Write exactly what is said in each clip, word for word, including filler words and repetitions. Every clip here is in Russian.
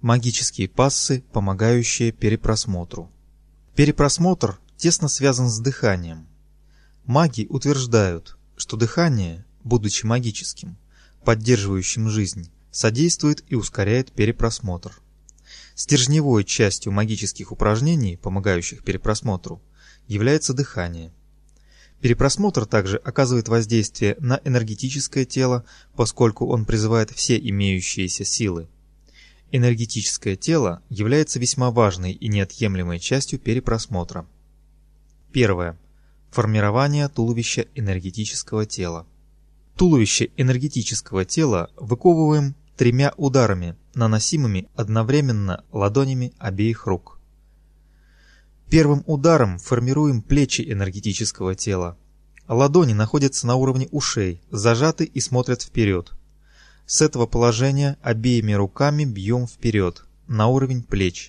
Магические пассы, помогающие перепросмотру. Перепросмотр тесно связан с дыханием. Маги утверждают, что дыхание, будучи магическим, поддерживающим жизнь, содействует и ускоряет перепросмотр. Стержневой частью магических упражнений, помогающих перепросмотру, является дыхание. Перепросмотр также оказывает воздействие на энергетическое тело, поскольку он призывает все имеющиеся силы. Энергетическое тело является весьма важной и неотъемлемой частью перепросмотра. Первое. Формирование туловища энергетического тела. Туловище энергетического тела выковываем тремя ударами, наносимыми одновременно ладонями обеих рук. Первым ударом формируем плечи энергетического тела. Ладони находятся на уровне ушей, зажаты и смотрят вперед. С этого положения обеими руками бьем вперед, на уровень плеч.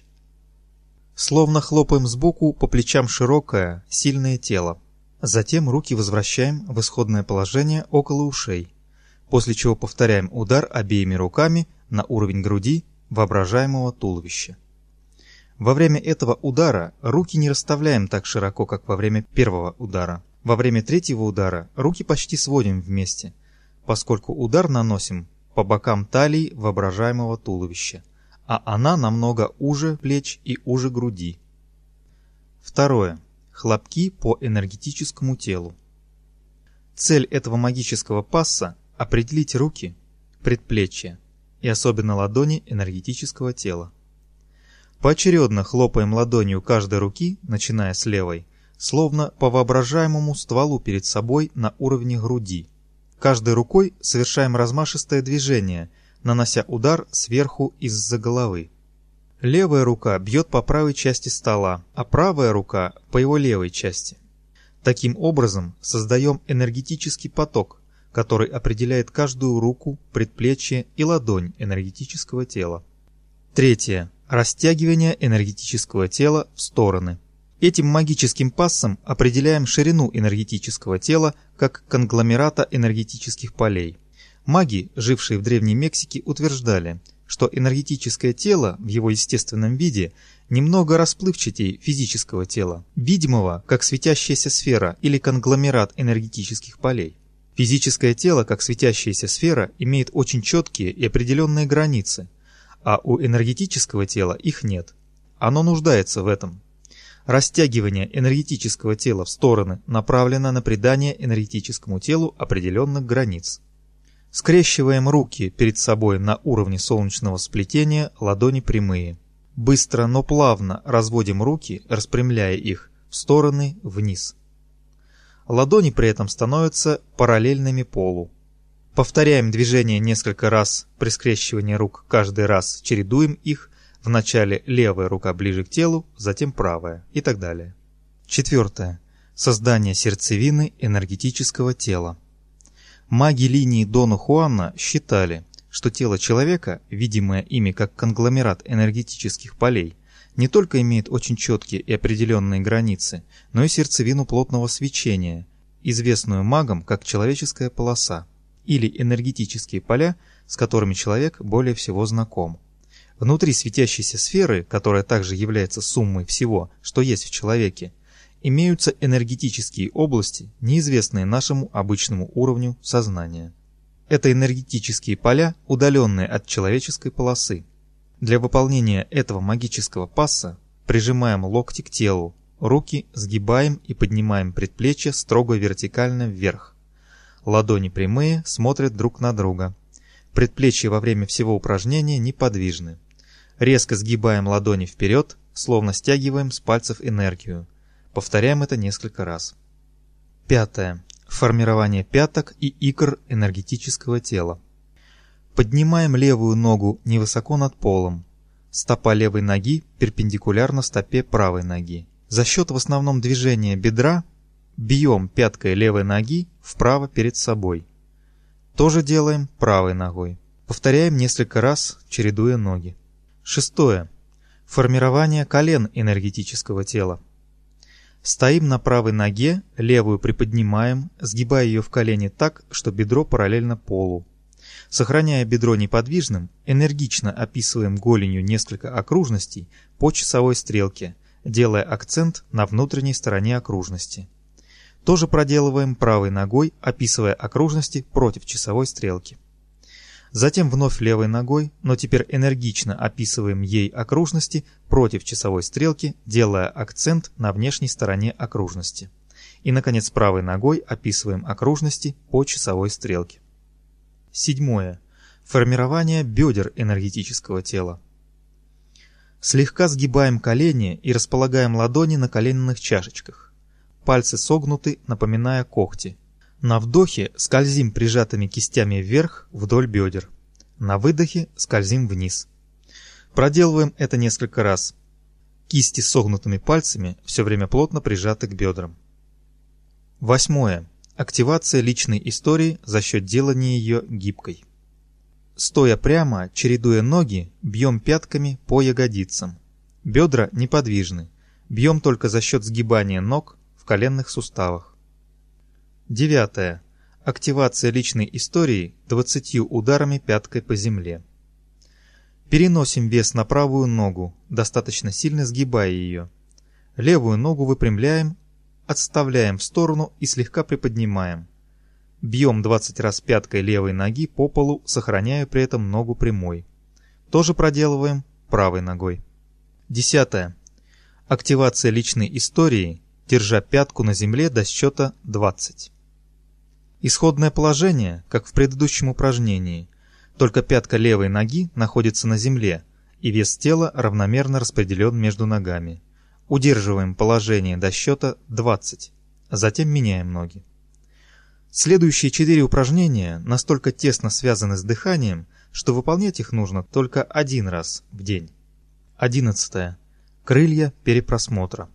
Словно хлопаем сбоку по плечам широкое, сильное тело. Затем руки возвращаем в исходное положение около ушей, после чего повторяем удар обеими руками на уровень груди воображаемого туловища. Во время этого удара руки не расставляем так широко, как во время первого удара. Во время третьего удара руки почти сводим вместе, поскольку удар наносим по бокам талии воображаемого туловища, а она намного уже плеч и уже груди. Второе. Хлопки по энергетическому телу. Цель этого магического пасса – определить руки, предплечья и особенно ладони энергетического тела. Поочередно хлопаем ладонью каждой руки, начиная с левой, словно по воображаемому стволу перед собой на уровне груди. Каждой рукой совершаем размашистое движение, нанося удар сверху из-за головы. Левая рука бьет по правой части стола, а правая рука по его левой части. Таким образом создаем энергетический поток, который определяет каждую руку, предплечье и ладонь энергетического тела. Третье. Растягивание энергетического тела в стороны. Этим магическим пассом определяем ширину энергетического тела как конгломерата энергетических полей. Маги, жившие в Древней Мексике, утверждали, что энергетическое тело в его естественном виде немного расплывчатее физического тела, видимого как светящаяся сфера или конгломерат энергетических полей. Физическое тело, как светящаяся сфера, имеет очень четкие и определенные границы, а у энергетического тела их нет. Оно нуждается в этом. Растягивание энергетического тела в стороны направлено на придание энергетическому телу определенных границ. Скрещиваем руки перед собой на уровне солнечного сплетения, ладони прямые. Быстро, но плавно разводим руки, распрямляя их в стороны вниз. Ладони при этом становятся параллельными полу. Повторяем движение несколько раз при скрещивании рук, каждый раз чередуем их. Вначале левая рука ближе к телу, затем правая и так далее. Четвертое. Создание сердцевины энергетического тела. Маги линии Дона Хуана считали, что тело человека, видимое ими как конгломерат энергетических полей, не только имеет очень четкие и определенные границы, но и сердцевину плотного свечения, известную магам как человеческая полоса, или энергетические поля, с которыми человек более всего знаком. Внутри светящейся сферы, которая также является суммой всего, что есть в человеке, имеются энергетические области, неизвестные нашему обычному уровню сознания. Это энергетические поля, удаленные от человеческой полосы. Для выполнения этого магического пасса прижимаем локти к телу, руки сгибаем и поднимаем предплечья строго вертикально вверх. Ладони прямые, смотрят друг на друга. Предплечья во время всего упражнения неподвижны. Резко сгибаем ладони вперед, словно стягиваем с пальцев энергию. Повторяем это несколько раз. Пятое. Формирование пяток и икр энергетического тела. Поднимаем левую ногу невысоко над полом. Стопа левой ноги перпендикулярна стопе правой ноги. За счет в основном движения бедра бьем пяткой левой ноги вправо перед собой. То же делаем правой ногой. Повторяем несколько раз, чередуя ноги. Шестое. Формирование колен энергетического тела. Стоим на правой ноге, левую приподнимаем, сгибая ее в колени так, что бедро параллельно полу. Сохраняя бедро неподвижным, энергично описываем голенью несколько окружностей по часовой стрелке, делая акцент на внутренней стороне окружности. Тоже проделываем правой ногой, описывая окружности против часовой стрелки. Затем вновь левой ногой, но теперь энергично описываем ей окружности против часовой стрелки, делая акцент на внешней стороне окружности. И, наконец, правой ногой описываем окружности по часовой стрелке. Седьмое. Формирование бедер энергетического тела. Слегка сгибаем колени и располагаем ладони на коленных чашечках. Пальцы согнуты, напоминая когти. На вдохе скользим прижатыми кистями вверх вдоль бедер. На выдохе скользим вниз. Проделываем это несколько раз. Кисти с согнутыми пальцами все время плотно прижаты к бедрам. Восьмое. Активация личной истории за счет делания ее гибкой. Стоя прямо, чередуя ноги, бьем пятками по ягодицам. Бедра неподвижны. Бьем только за счет сгибания ног в коленных суставах. Девятое. Активация личной истории двадцатью ударами пяткой по земле. Переносим вес на правую ногу, достаточно сильно сгибая ее. Левую ногу выпрямляем, отставляем в сторону и слегка приподнимаем. Бьем двадцать раз пяткой левой ноги по полу, сохраняя при этом ногу прямой. Тоже проделываем правой ногой. Десятое. Активация личной истории, держа пятку на земле до счета двадцать. Исходное положение, как в предыдущем упражнении, только пятка левой ноги находится на земле, и вес тела равномерно распределен между ногами. Удерживаем положение до счета двадцать, затем меняем ноги. Следующие четыре упражнения настолько тесно связаны с дыханием, что выполнять их нужно только один раз в день. Одиннадцатое. Крылья перепросмотра.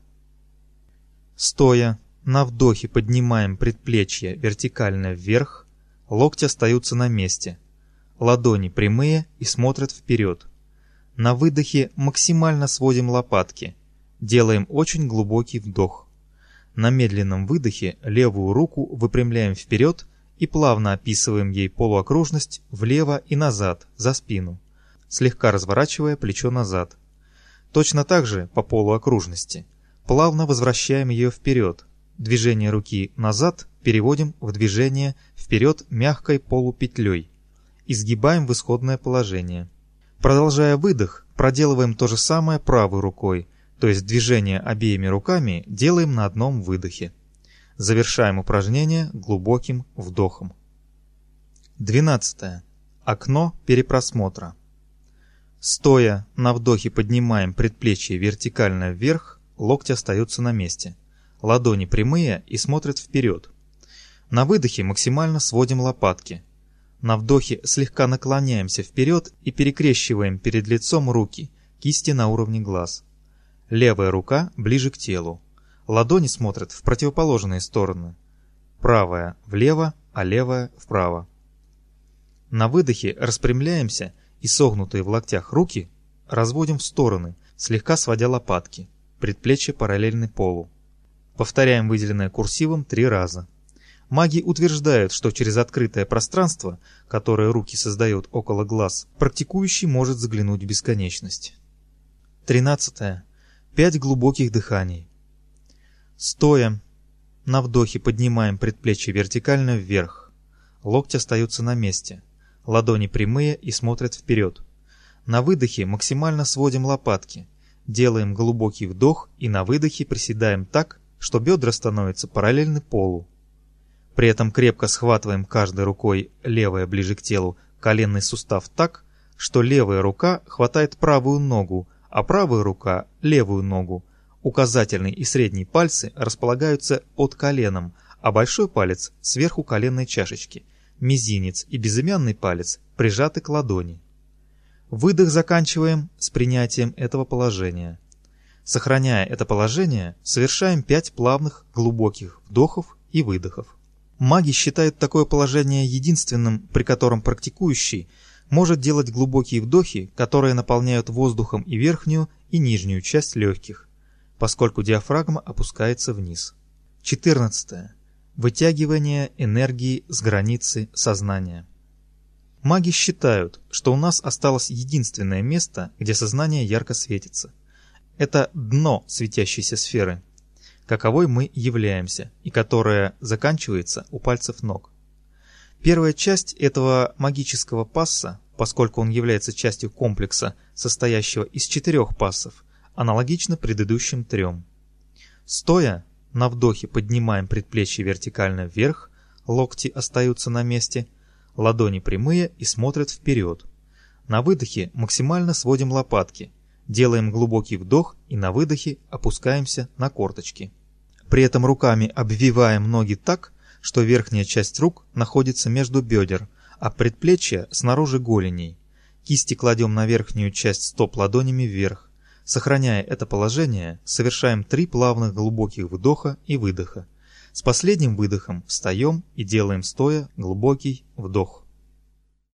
Стоя, на вдохе поднимаем предплечье вертикально вверх, локти остаются на месте, ладони прямые и смотрят вперед. На выдохе максимально сводим лопатки. Делаем очень глубокий вдох. На медленном выдохе левую руку выпрямляем вперед и плавно описываем ей полуокружность влево и назад, за спину, слегка разворачивая плечо назад. Точно так же по полуокружности. Плавно возвращаем ее вперед. Движение руки назад переводим в движение вперед мягкой полупетлей. Изгибаем в исходное положение. Продолжая выдох, проделываем то же самое правой рукой, то есть движение обеими руками делаем на одном выдохе. Завершаем упражнение глубоким вдохом. Двенадцатое. Окно перепросмотра. Стоя, на вдохе поднимаем предплечье вертикально вверх, локти остаются на месте. Ладони прямые и смотрят вперед. На выдохе максимально сводим лопатки. На вдохе слегка наклоняемся вперед и перекрещиваем перед лицом руки, кисти на уровне глаз. Левая рука ближе к телу. Ладони смотрят в противоположные стороны. Правая влево, а левая вправо. На выдохе распрямляемся и согнутые в локтях руки разводим в стороны, слегка сводя лопатки. Предплечья параллельны полу. Повторяем выделенное курсивом три раза. Маги утверждают, что через открытое пространство, которое руки создают около глаз, практикующий может заглянуть в бесконечность. Тринадцатое. Пять глубоких дыханий. Стоя, на вдохе поднимаем предплечье вертикально вверх. Локти остаются на месте. Ладони прямые и смотрят вперед. На выдохе максимально сводим лопатки. Делаем глубокий вдох и на выдохе приседаем так, что бедра становятся параллельны полу. При этом крепко схватываем каждой рукой, левая ближе к телу, коленный сустав так, что левая рука хватает правую ногу, а правая рука – левую ногу. Указательный и средний пальцы располагаются под коленом, а большой палец – сверху коленной чашечки. Мизинец и безымянный палец прижаты к ладони. Выдох заканчиваем с принятием этого положения. Сохраняя это положение, совершаем пять плавных глубоких вдохов и выдохов. Маги считают такое положение единственным, при котором практикующий может делать глубокие вдохи, которые наполняют воздухом и верхнюю, и нижнюю часть легких, поскольку диафрагма опускается вниз. четырнадцатое. Вытягивание энергии с границы сознания. Маги считают, что у нас осталось единственное место, где сознание ярко светится. Это дно светящейся сферы, каковой мы являемся, и которая заканчивается у пальцев ног. Первая часть этого магического пасса, поскольку он является частью комплекса, состоящего из четырех пассов, аналогична предыдущим трем. Стоя, на вдохе поднимаем предплечье вертикально вверх, локти остаются на месте, ладони прямые и смотрят вперед. На выдохе максимально сводим лопатки, делаем глубокий вдох и на выдохе опускаемся на корточки. При этом руками обвиваем ноги так, что верхняя часть рук находится между бедер, а предплечья снаружи голеней. Кисти кладем на верхнюю часть стоп ладонями вверх. Сохраняя это положение, совершаем три плавных глубоких вдоха и выдоха. С последним выдохом встаем и делаем стоя глубокий вдох.